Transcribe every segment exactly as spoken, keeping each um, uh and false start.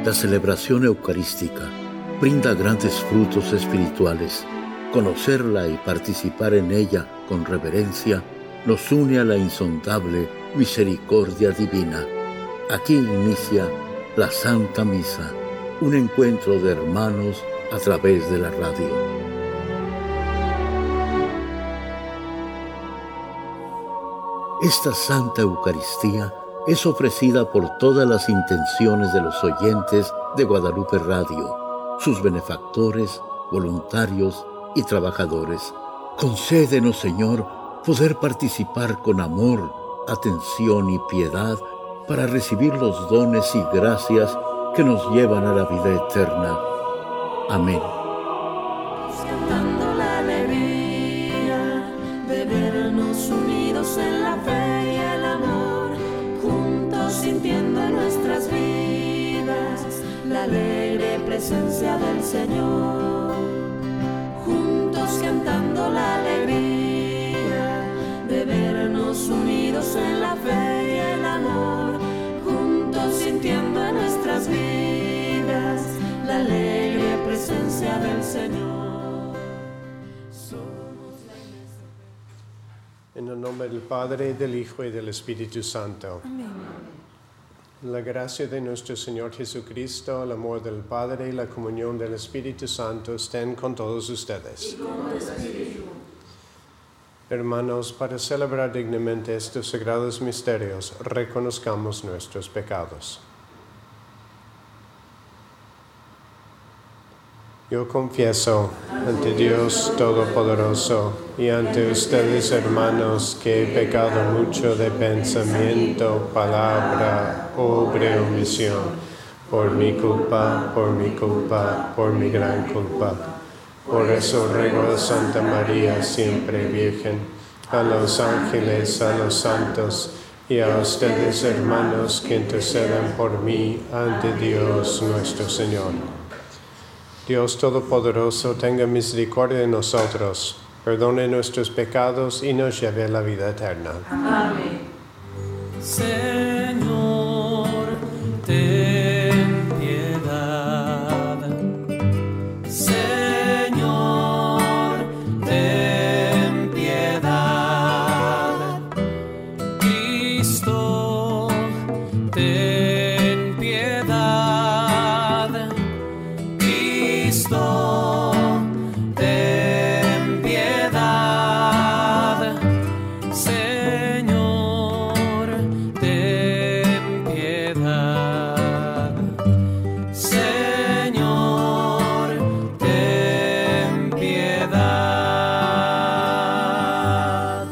La celebración eucarística brinda grandes frutos espirituales. Conocerla y participar en ella con reverencia nos une a la insondable misericordia divina. Aquí inicia la Santa Misa, un encuentro de hermanos a través de la radio. Esta Santa Eucaristía es ofrecida por todas las intenciones de los oyentes de Guadalupe Radio, sus benefactores, voluntarios y trabajadores. Concédenos, Señor, poder participar con amor, atención y piedad para recibir los dones y gracias que nos llevan a la vida eterna. Amén. Cantando la alegría de vernos unidos en la fe y el amor, juntos sintiendo en nuestras vidas la alegre presencia del Señor. Juntos cantando la alegría de vernos unidos en la fe y el amor, juntos sintiendo en nuestras vidas la alegre presencia del Señor. Somos la iglesia. En el nombre del Padre, del Hijo y del Espíritu Santo. Amén. La gracia de nuestro Señor Jesucristo, el amor del Padre y la comunión del Espíritu Santo estén con todos ustedes. Y con tu espíritu. Hermanos, para celebrar dignamente estos sagrados misterios, reconozcamos nuestros pecados. Yo confieso ante Dios Todopoderoso y ante ustedes, hermanos, que he pecado mucho de pensamiento, palabra, obra y omisión, por mi culpa, por mi culpa, por mi gran culpa. Por eso ruego a Santa María, siempre Virgen, a los ángeles, a los santos y a ustedes, hermanos, que intercedan por mí ante Dios nuestro Señor. Dios Todopoderoso, tenga misericordia de nosotros, perdone nuestros pecados y nos lleve a la vida eterna. Amén. Señor, ten piedad. Señor, ten piedad. Cristo, ten piedad. Cristo, ten piedad. Señor, ten piedad. Señor, ten piedad.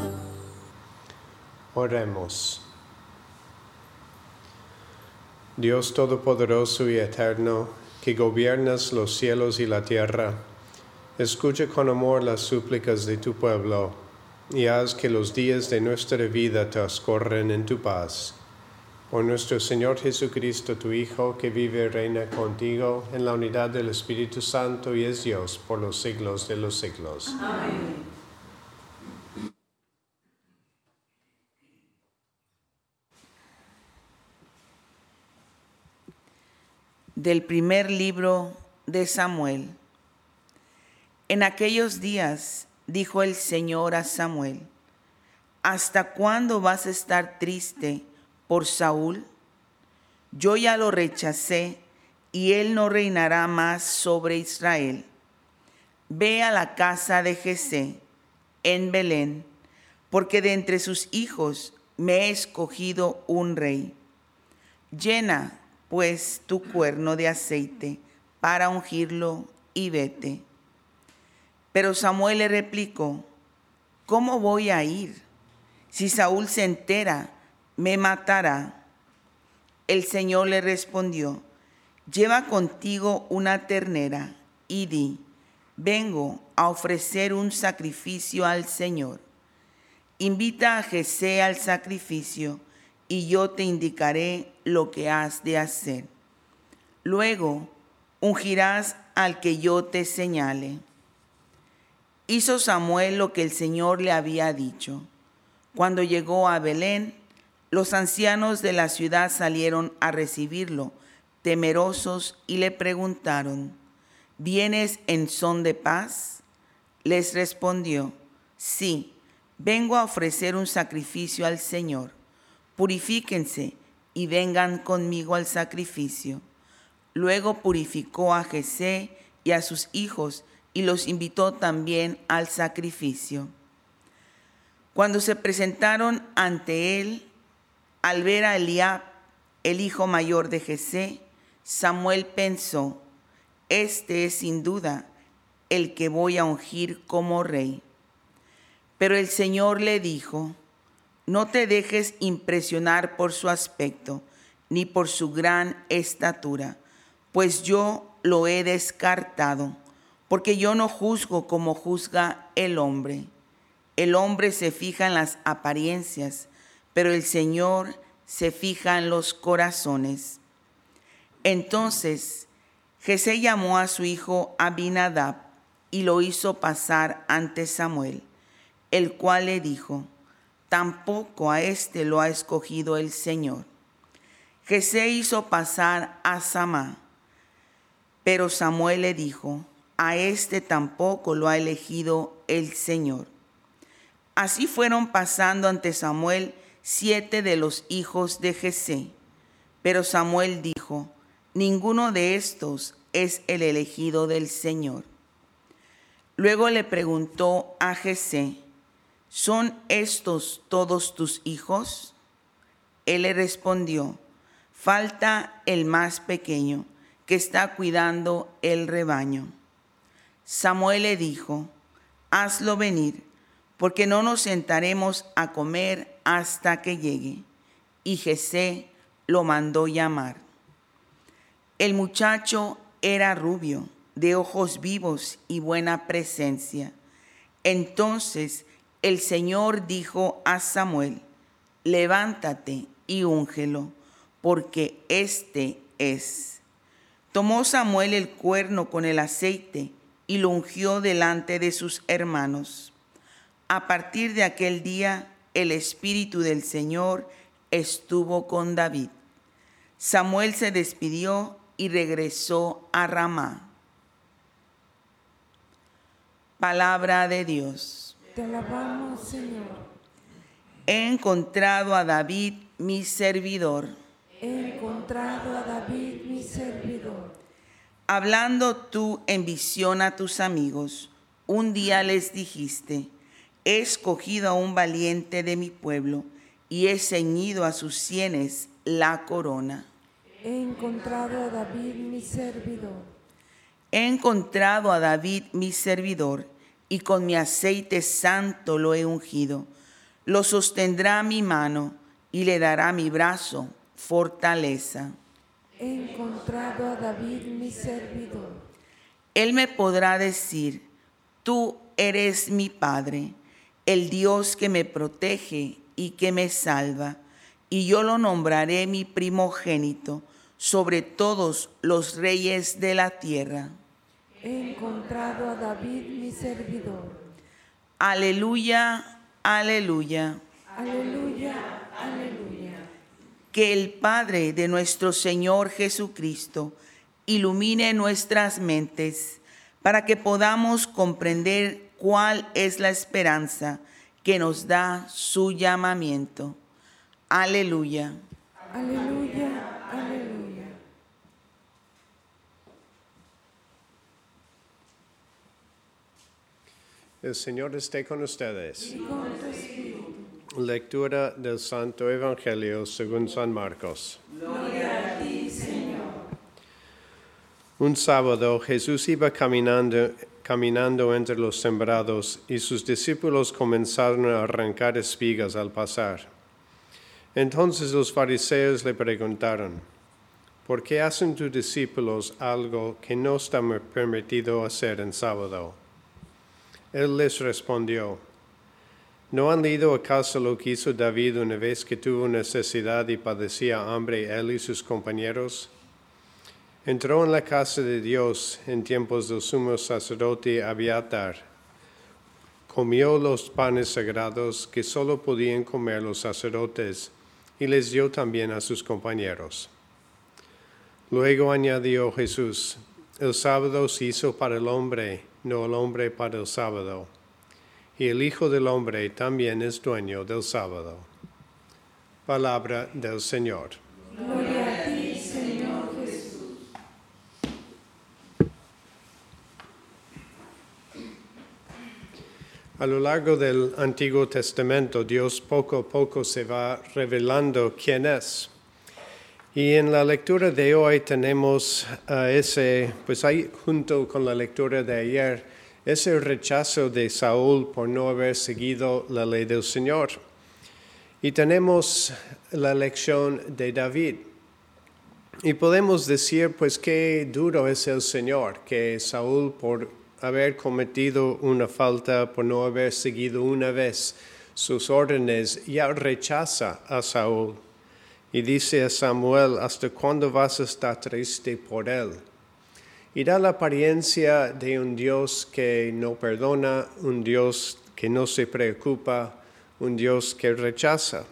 Oremos. Dios Todopoderoso y Eterno, que gobiernas los cielos y la tierra, escucha con amor las súplicas de tu pueblo y haz que los días de nuestra vida transcurran en tu paz. Por nuestro Señor Jesucristo, tu Hijo, que vive y reina contigo en la unidad del Espíritu Santo y es Dios por los siglos de los siglos. Amén. Del primer libro de Samuel. En aquellos días dijo el Señor a Samuel: ¿hasta cuándo vas a estar triste por Saúl? Yo ya lo rechacé y él no reinará más sobre Israel. Ve a la casa de Jesé en Belén, porque de entre sus hijos me he escogido un rey. Llena pues tu cuerno de aceite para ungirlo y vete. Pero Samuel le replicó: ¿cómo voy a ir? Si Saúl se entera, me matará. El Señor le respondió: lleva contigo una ternera y di: vengo a ofrecer un sacrificio al Señor. Invita a Jesé al sacrificio y yo te indicaré lo que has de hacer. Luego ungirás al que yo te señale. Hizo Samuel lo que el Señor le había dicho. Cuando llegó a Belén, los ancianos de la ciudad salieron a recibirlo, temerosos, y le preguntaron, ¿vienes en son de paz? Les respondió, sí, vengo a ofrecer un sacrificio al Señor. Purifíquense y vengan conmigo al sacrificio. Luego purificó a Jesé y a sus hijos y los invitó también al sacrificio. Cuando se presentaron ante él, al ver a Eliab, el hijo mayor de Jesé, Samuel pensó, este es sin duda el que voy a ungir como rey. Pero el Señor le dijo, no te dejes impresionar por su aspecto, ni por su gran estatura, pues yo lo he descartado, porque yo no juzgo como juzga el hombre. El hombre se fija en las apariencias, pero el Señor se fija en los corazones. Entonces Jesé llamó a su hijo Abinadab y lo hizo pasar ante Samuel, el cual le dijo, tampoco a éste lo ha escogido el Señor. Jesé hizo pasar a Samá, pero Samuel le dijo, a éste tampoco lo ha elegido el Señor. Así fueron pasando ante Samuel siete de los hijos de Jesé, pero Samuel dijo, ninguno de estos es el elegido del Señor. Luego le preguntó a Jesé, ¿son estos todos tus hijos? Él le respondió, falta el más pequeño, que está cuidando el rebaño. Samuel le dijo, hazlo venir, porque no nos sentaremos a comer hasta que llegue. Y Jesé lo mandó llamar. El muchacho era rubio, de ojos vivos y buena presencia. Entonces el Señor dijo a Samuel, levántate y úngelo, porque este es. Tomó Samuel el cuerno con el aceite y lo ungió delante de sus hermanos. A partir de aquel día, el Espíritu del Señor estuvo con David. Samuel se despidió y regresó a Ramá. Palabra de Dios. Te alabamos, Señor. He encontrado a David, mi servidor. He encontrado a David, mi servidor. Hablando tú en visión a tus amigos, un día les dijiste, he escogido a un valiente de mi pueblo y he ceñido a sus sienes la corona. He encontrado a David, mi servidor. He encontrado a David, mi servidor, y con mi aceite santo lo he ungido. Lo sostendrá mi mano y le dará mi brazo fortaleza. He encontrado a David, mi servidor. Él me podrá decir, tú eres mi Padre, el Dios que me protege y que me salva, y yo lo nombraré mi primogénito sobre todos los reyes de la tierra. He encontrado a David, mi servidor. Aleluya, aleluya. Aleluya, aleluya. Que el Padre de nuestro Señor Jesucristo ilumine nuestras mentes para que podamos comprender cuál es la esperanza que nos da su llamamiento. Aleluya. Aleluya, aleluya. El Señor esté con ustedes. Y con tu espíritu. Lectura del Santo Evangelio según San Marcos. Gloria a ti, Señor. Un sábado Jesús iba caminando, caminando entre los sembrados y sus discípulos comenzaron a arrancar espigas al pasar. Entonces los fariseos le preguntaron, ¿por qué hacen tus discípulos algo que no está permitido hacer en sábado? Él les respondió, ¿no han leído acaso lo que hizo David una vez que tuvo necesidad y padecía hambre él y sus compañeros? Entró en la casa de Dios en tiempos del sumo sacerdote Abiatar. Comió los panes sagrados que solo podían comer los sacerdotes y les dio también a sus compañeros. Luego añadió Jesús, el sábado se hizo para el hombre, no el hombre para el sábado. Y el Hijo del Hombre también es dueño del sábado. Palabra del Señor. Gloria a ti, Señor Jesús. A lo largo del Antiguo Testamento, Dios poco a poco se va revelando quién es. Y en la lectura de hoy tenemos uh, ese, pues ahí junto con la lectura de ayer, ese rechazo de Saúl por no haber seguido la ley del Señor. Y tenemos la lección de David. Y podemos decir, pues, qué duro es el Señor, que Saúl, por haber cometido una falta, por no haber seguido una vez sus órdenes, ya rechaza a Saúl. Y dice a Samuel, ¿hasta cuándo vas a estar triste por él? Y da la apariencia de un Dios que no perdona, un Dios que no se preocupa, un Dios que rechaza.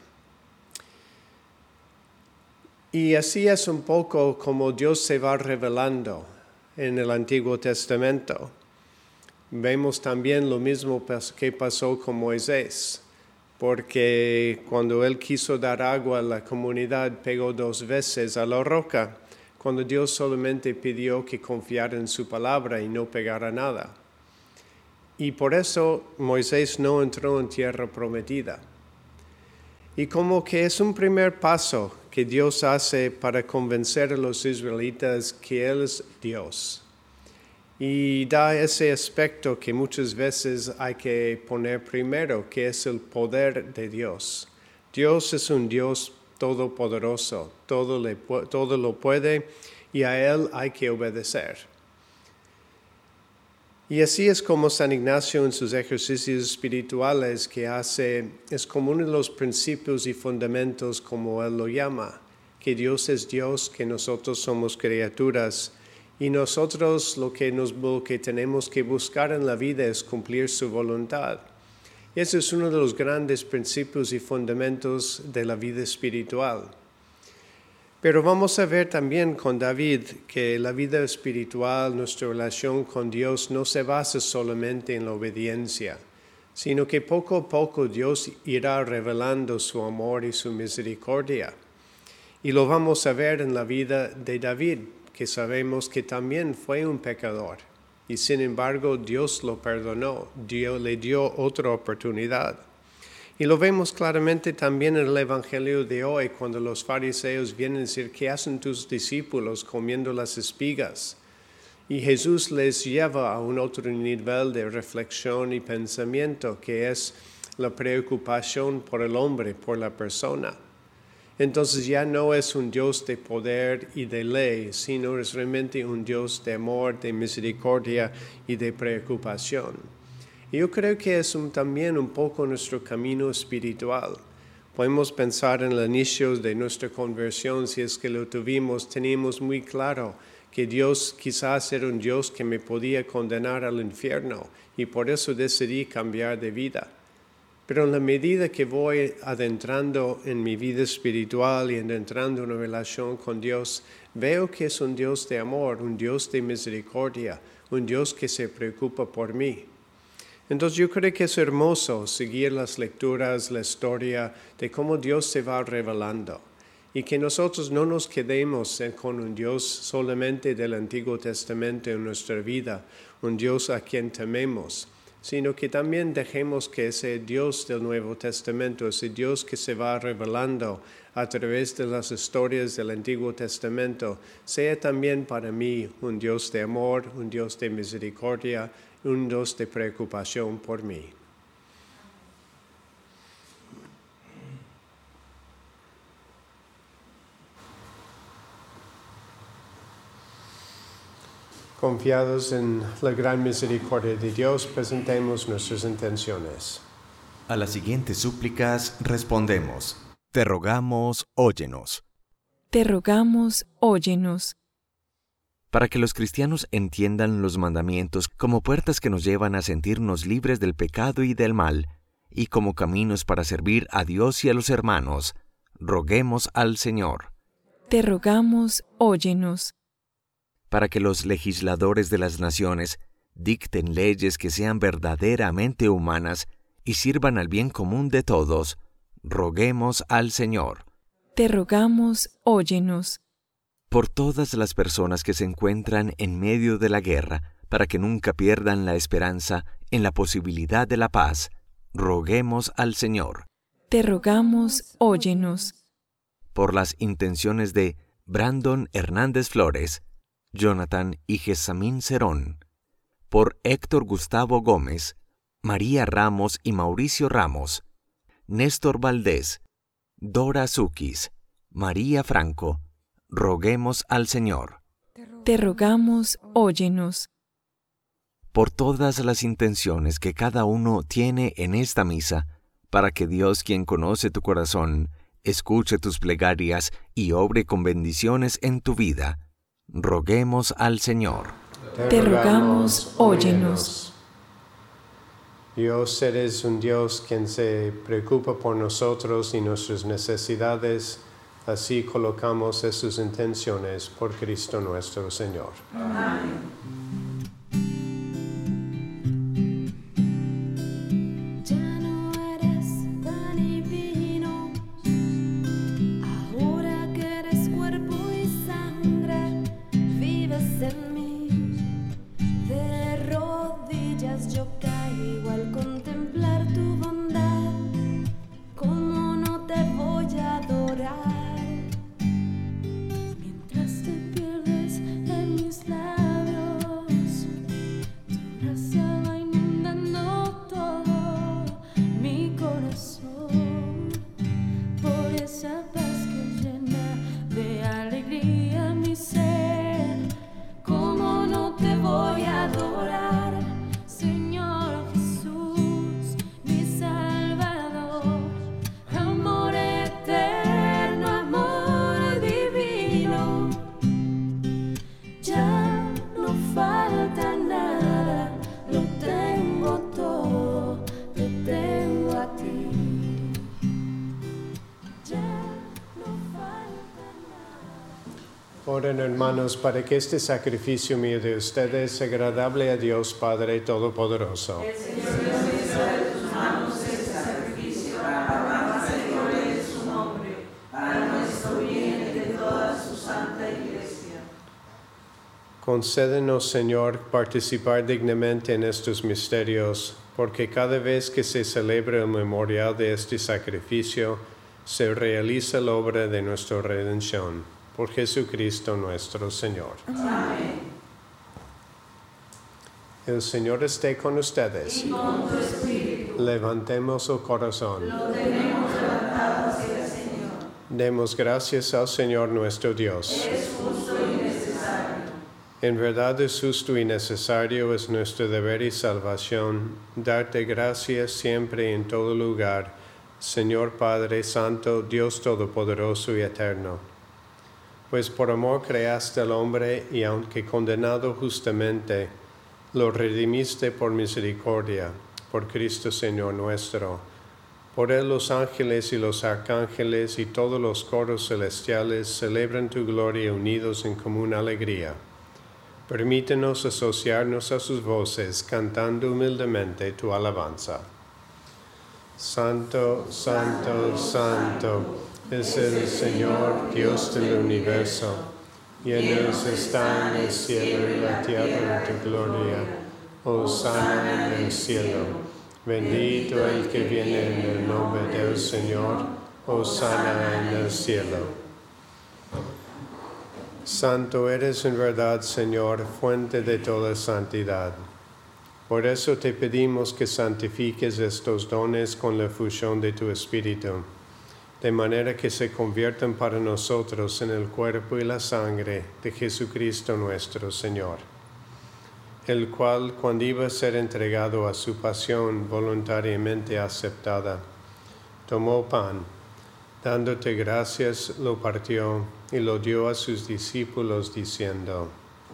Y así es un poco como Dios se va revelando en el Antiguo Testamento. Vemos también lo mismo que pasó con Moisés, porque cuando él quiso dar agua a la comunidad, pegó dos veces a la roca, cuando Dios solamente pidió que confiara en su palabra y no pegara nada. Y por eso Moisés no entró en tierra prometida. Y como que es un primer paso que Dios hace para convencer a los israelitas que Él es Dios. Y da ese aspecto que muchas veces hay que poner primero, que es el poder de Dios. Dios es un Dios todopoderoso, todo, le, todo lo puede y a Él hay que obedecer. Y así es como San Ignacio en sus ejercicios espirituales que hace, es como uno de los principios y fundamentos como Él lo llama, que Dios es Dios, que nosotros somos criaturas. Y nosotros lo que, nos, lo que tenemos que buscar en la vida es cumplir su voluntad. Y ese es uno de los grandes principios y fundamentos de la vida espiritual. Pero vamos a ver también con David que la vida espiritual, nuestra relación con Dios, no se basa solamente en la obediencia, sino que poco a poco Dios irá revelando su amor y su misericordia. Y lo vamos a ver en la vida de David, que sabemos que también fue un pecador, y sin embargo Dios lo perdonó, Dios le dio otra oportunidad. Y lo vemos claramente también en el Evangelio de hoy, cuando los fariseos vienen a decir, ¿qué hacen tus discípulos comiendo las espigas? Y Jesús les lleva a un otro nivel de reflexión y pensamiento, que es la preocupación por el hombre, por la persona. Entonces ya no es un Dios de poder y de ley, sino es realmente un Dios de amor, de misericordia y de preocupación. Y yo creo que es un, también un poco nuestro camino espiritual. Podemos pensar en el inicio de nuestra conversión, si es que lo tuvimos, teníamos muy claro que Dios quizás era un Dios que me podía condenar al infierno y por eso decidí cambiar de vida. Pero en la medida que voy adentrando en mi vida espiritual y adentrando en una relación con Dios, veo que es un Dios de amor, un Dios de misericordia, un Dios que se preocupa por mí. Entonces yo creo que es hermoso seguir las lecturas, la historia de cómo Dios se va revelando y que nosotros no nos quedemos con un Dios solamente del Antiguo Testamento en nuestra vida, un Dios a quien tememos, sino que también dejemos que ese Dios del Nuevo Testamento, ese Dios que se va revelando a través de las historias del Antiguo Testamento, sea también para mí un Dios de amor, un Dios de misericordia, un Dios de preocupación por mí. Confiados en la gran misericordia de Dios, presentemos nuestras intenciones. A las siguientes súplicas respondemos: Te rogamos, óyenos. Te rogamos, óyenos. Para que los cristianos entiendan los mandamientos como puertas que nos llevan a sentirnos libres del pecado y del mal, y como caminos para servir a Dios y a los hermanos, roguemos al Señor. te rogamos, óyenos. Para que los legisladores de las naciones dicten leyes que sean verdaderamente humanas y sirvan al bien común de todos, roguemos al Señor. Te rogamos, óyenos. Por todas las personas que se encuentran en medio de la guerra, para que nunca pierdan la esperanza en la posibilidad de la paz, roguemos al Señor. Te rogamos, óyenos. Por las intenciones de Brandon Hernández Flores, Jonathan y Jessamín Cerón, por Héctor Gustavo Gómez, María Ramos y Mauricio Ramos, Néstor Valdés, Dora Zukis, María Franco, roguemos al Señor. Te rogamos, óyenos. Por todas las intenciones que cada uno tiene en esta misa, para que Dios, quien conoce tu corazón, escuche tus plegarias y obre con bendiciones en tu vida, roguemos al Señor. Te rogamos, óyenos. Dios, eres un Dios quien se preocupa por nosotros y nuestras necesidades. Así colocamos esas intenciones por Cristo nuestro Señor. Amén. Oren, hermanos, para que este sacrificio mío de ustedes sea agradable a Dios Padre Todopoderoso. El Señor Dios bendiga de tus manos este sacrificio para alabanza y gloria de su nombre, para nuestro bien y de toda su santa Iglesia. Concédenos, Señor, participar dignamente en estos misterios, porque cada vez que se celebra el memorial de este sacrificio, se realiza la obra de nuestra redención. Por Jesucristo nuestro Señor. Amén. El Señor esté con ustedes. Y con tu espíritu. Levantemos el corazón. Lo tenemos levantado hacia el Señor. Demos gracias al Señor nuestro Dios. Es justo y necesario. En verdad es justo y necesario, es nuestro deber y salvación, darte gracias siempre y en todo lugar, Señor Padre Santo, Dios Todopoderoso y Eterno. Pues por amor creaste al hombre y aunque condenado justamente, lo redimiste por misericordia, por Cristo Señor nuestro. Por él los ángeles y los arcángeles y todos los coros celestiales celebran tu gloria unidos en común alegría. Permítenos asociarnos a sus voces cantando humildemente tu alabanza. Santo, santo, santo. Es el Señor, Dios del universo. Llenos están el cielo y la tierra de tu gloria. Hosana en el cielo. Bendito el que viene en el nombre del Señor. Hosana en el cielo. Santo eres en verdad, Señor, fuente de toda santidad. Por eso te pedimos que santifiques estos dones con la fusión de tu Espíritu, de manera que se conviertan para nosotros en el cuerpo y la sangre de Jesucristo nuestro Señor, el cual, cuando iba a ser entregado a su pasión voluntariamente aceptada, tomó pan, dándote gracias, lo partió y lo dio a sus discípulos diciendo: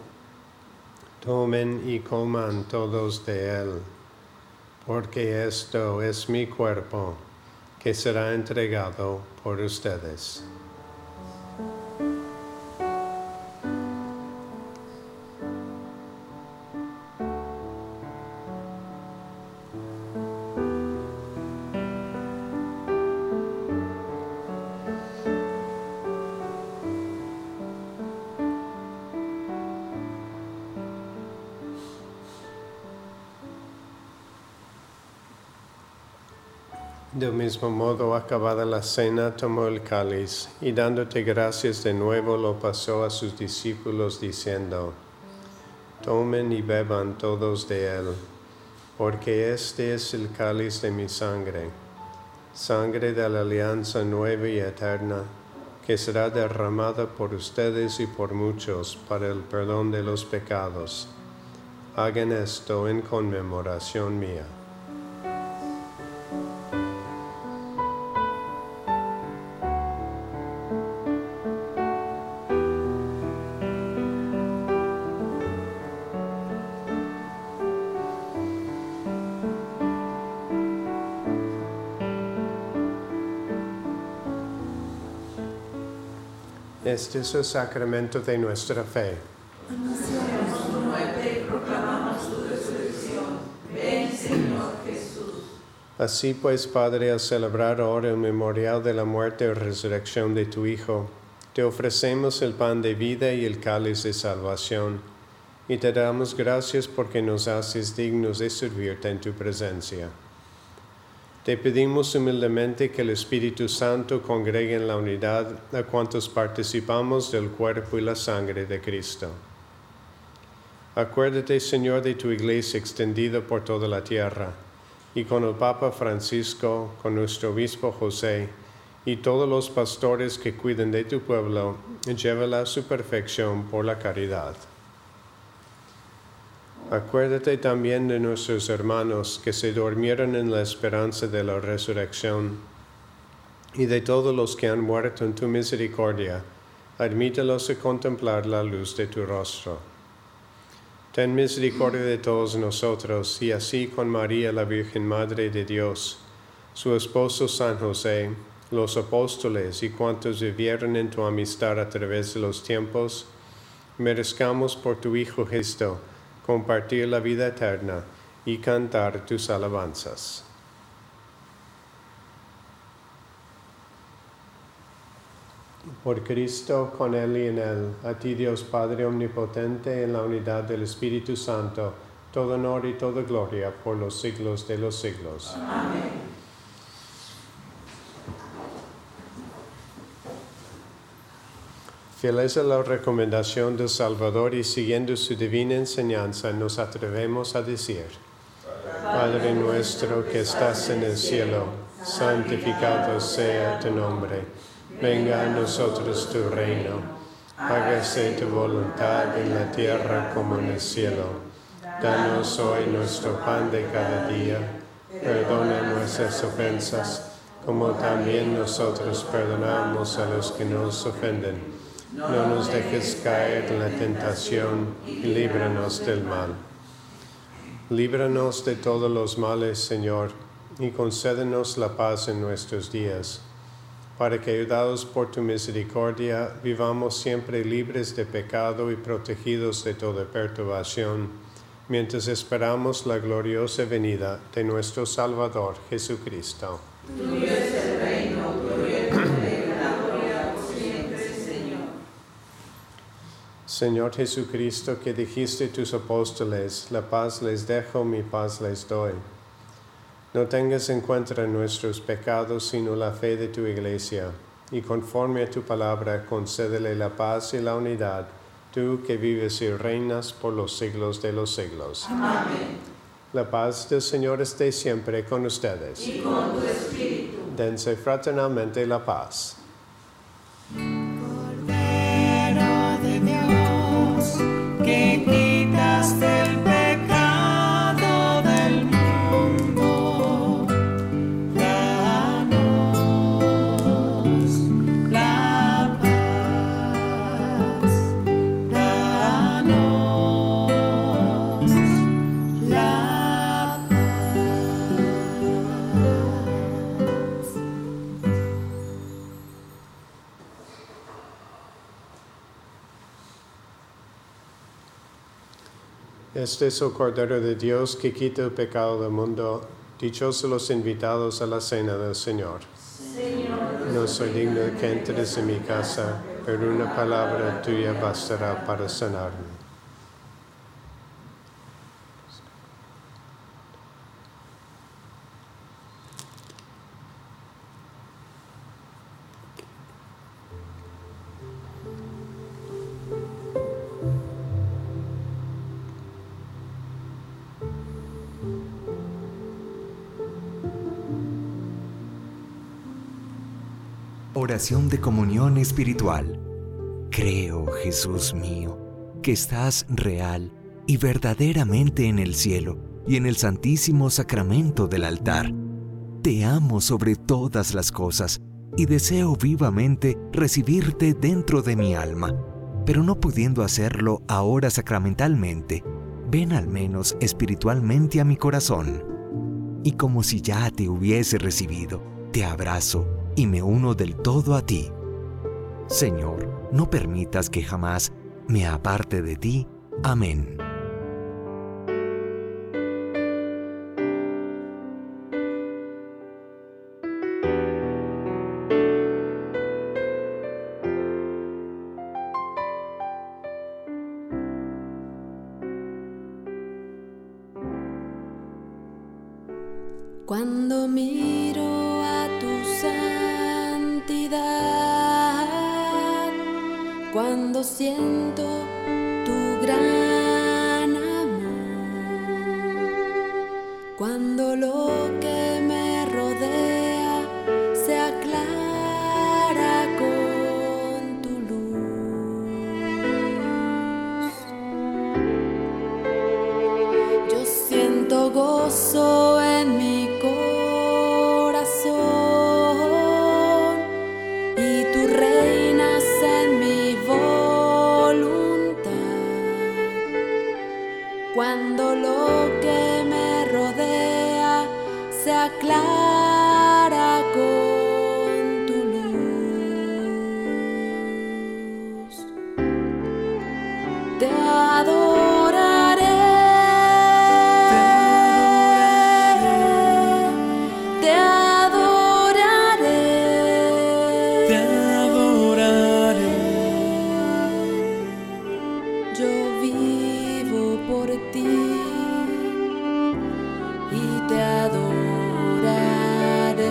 Tomen y coman todos de él, porque esto es mi cuerpo, que será entregado por ustedes. Del mismo modo, acabada la cena, tomó el cáliz y dándote gracias de nuevo lo pasó a sus discípulos diciendo, tomen y beban todos de él, porque este es el cáliz de mi sangre, sangre de la alianza nueva y eterna, que será derramada por ustedes y por muchos para el perdón de los pecados. Hagan esto en conmemoración mía. Este es el sacramento de nuestra fe. Anunciamos tu muerte y proclamamos tu resurrección. Ven, Señor Jesús. Así pues, Padre, al celebrar ahora el memorial de la muerte y resurrección de tu Hijo, te ofrecemos el pan de vida y el cáliz de salvación, y te damos gracias porque nos haces dignos de servirte en tu presencia. Te pedimos humildemente que el Espíritu Santo congregue en la unidad a cuantos participamos del cuerpo y la sangre de Cristo. Acuérdate, Señor, de tu Iglesia extendida por toda la tierra, y con el Papa Francisco, con nuestro Obispo José, y todos los pastores que cuiden de tu pueblo, llévala a su perfección por la caridad. Acuérdate también de nuestros hermanos que se durmieron en la esperanza de la resurrección, y de todos los que han muerto en tu misericordia, admítelos a contemplar la luz de tu rostro. Ten misericordia de todos nosotros, y así con María, la Virgen Madre de Dios, su esposo San José, los apóstoles y cuantos vivieron en tu amistad a través de los tiempos, merezcamos por tu Hijo Cristo compartir la vida eterna y cantar tus alabanzas. Por Cristo, con Él y en Él, a ti Dios Padre Omnipotente, en la unidad del Espíritu Santo, todo honor y toda gloria por los siglos de los siglos. Amén. Fieles a la recomendación del Salvador y siguiendo su divina enseñanza, nos atrevemos a decir, Padre nuestro que estás en el cielo, santificado sea tu nombre. Venga a nosotros tu reino. Hágase tu voluntad en la tierra como en el cielo. Danos hoy nuestro pan de cada día. Perdona nuestras ofensas, como también nosotros perdonamos a los que nos ofenden. No nos dejes caer en la tentación y líbranos del mal. Líbranos de todos los males, Señor, y concédenos la paz en nuestros días, para que, ayudados por tu misericordia, vivamos siempre libres de pecado y protegidos de toda perturbación, mientras esperamos la gloriosa venida de nuestro Salvador Jesucristo. Tuyo es el reino, tuyo es el poder, la gloria por siempre, Señor. Señor Jesucristo, que dijiste a tus apóstoles, la paz les dejo, mi paz les doy. No tengas en cuenta nuestros pecados, sino la fe de tu Iglesia, y conforme a tu palabra, concédele la paz y la unidad, tú que vives y reinas por los siglos de los siglos. Amén. La paz del Señor esté siempre con ustedes. Y con tu espíritu. Dense fraternalmente la paz. Cordero de Dios, que quitas del pecado del mundo, danos la paz, danos la paz. Este es el Cordero de Dios que quita el pecado del mundo. Dichosos los invitados a la cena del Señor. Señor, No soy digno de que entres en mi casa, pero una palabra tuya bastará para sanarme. Oración de comunión espiritual. Creo, Jesús mío, que estás real y verdaderamente en el cielo y en el santísimo sacramento del altar. Te amo sobre todas las cosas y deseo vivamente recibirte dentro de mi alma, pero no pudiendo hacerlo ahora sacramentalmente, ven al menos espiritualmente a mi corazón. Y como si ya te hubiese recibido, te abrazo y me uno del todo a ti. Señor, no permitas que jamás me aparte de ti. Amén. Cuando miro a tu santidad, cuando siento tu gran amor, cuando lo que me rodea se aclara con tu luz, yo siento gozo en mi cuando lo que me rodea se aclara con tu luz. Te adoraré, te adoraré, te adoraré. Yo vivo por ti y te adoraré,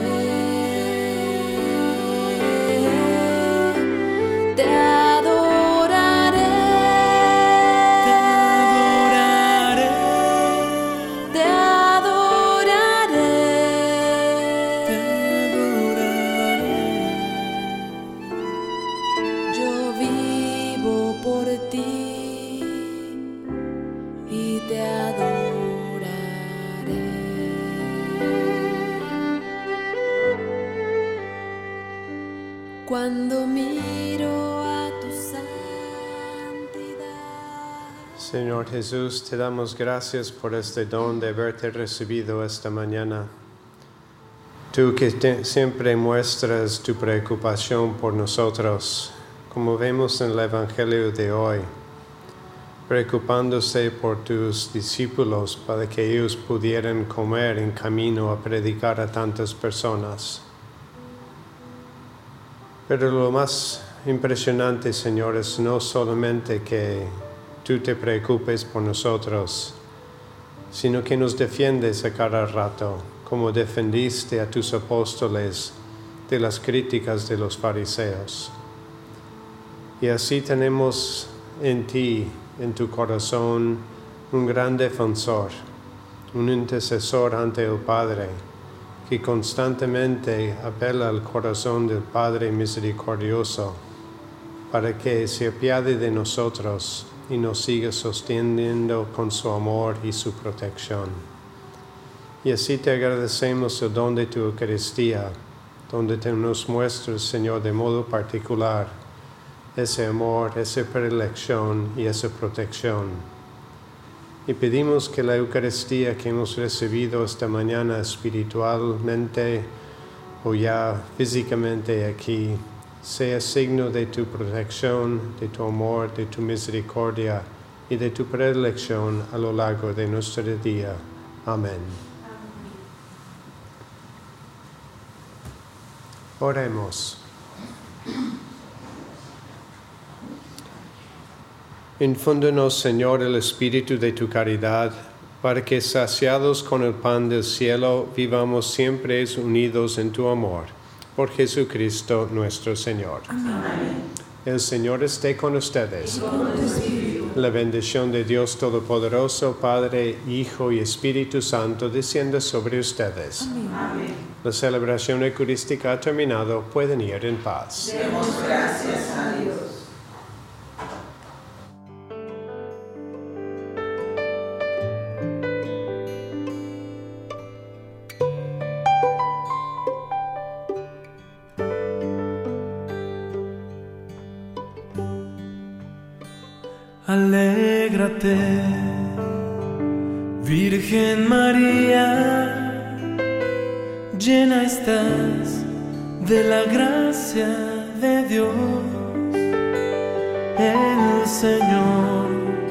te adoraré, te adoraré, te adoraré, te adoraré. Yo vivo por ti y te adoraré. Cuando miro a tu santidad. Señor Jesús, te damos gracias por este don de haberte recibido esta mañana. Tú que te, siempre muestras tu preocupación por nosotros, como vemos en el Evangelio de hoy, preocupándose por tus discípulos para que ellos pudieran comer en camino a predicar a tantas personas. Pero lo más impresionante, Señor, es no solamente que tú te preocupes por nosotros, sino que nos defiendes a cada rato, como defendiste a tus apóstoles de las críticas de los fariseos. Y así tenemos en ti, en tu corazón, un gran defensor, un intercesor ante el Padre, que constantemente apela al corazón del Padre misericordioso para que se apiade de nosotros y nos siga sosteniendo con su amor y su protección. Y así te agradecemos el don de tu Eucaristía, donde te nos muestras, Señor, de modo particular ese amor, esa predilección y esa protección. Y pedimos que la Eucaristía que hemos recibido esta mañana espiritualmente o ya físicamente aquí, sea signo de tu protección, de tu amor, de tu misericordia y de tu predilección a lo largo de nuestro día. Amén. Oremos. Infúndenos, Señor, el espíritu de tu caridad, para que, saciados con el pan del cielo, vivamos siempre unidos en tu amor. Por Jesucristo nuestro Señor. Amén. El Señor esté con ustedes. Y con tu espíritu. La bendición de Dios Todopoderoso, Padre, Hijo y Espíritu Santo, descienda sobre ustedes. Amén. La celebración eucarística ha terminado. Pueden ir en paz. Demos gracias a Dios. Alégrate, Virgen María, llena estás de la gracia de Dios. El Señor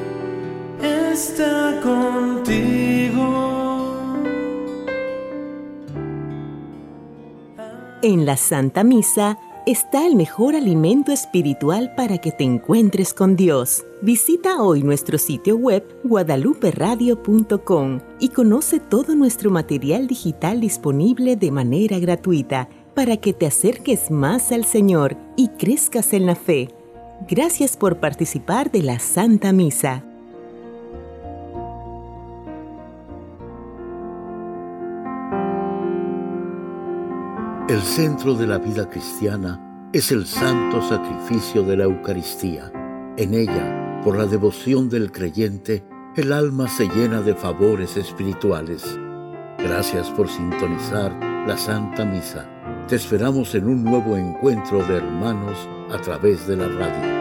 está contigo. En la Santa Misa está el mejor alimento espiritual para que te encuentres con Dios. Visita hoy nuestro sitio web guadalupe radio punto com y conoce todo nuestro material digital disponible de manera gratuita para que te acerques más al Señor y crezcas en la fe. Gracias por participar de la Santa Misa. El centro de la vida cristiana es el santo sacrificio de la Eucaristía. En ella, por la devoción del creyente, el alma se llena de favores espirituales. Gracias por sintonizar la Santa Misa. Te esperamos en un nuevo encuentro de hermanos a través de la radio.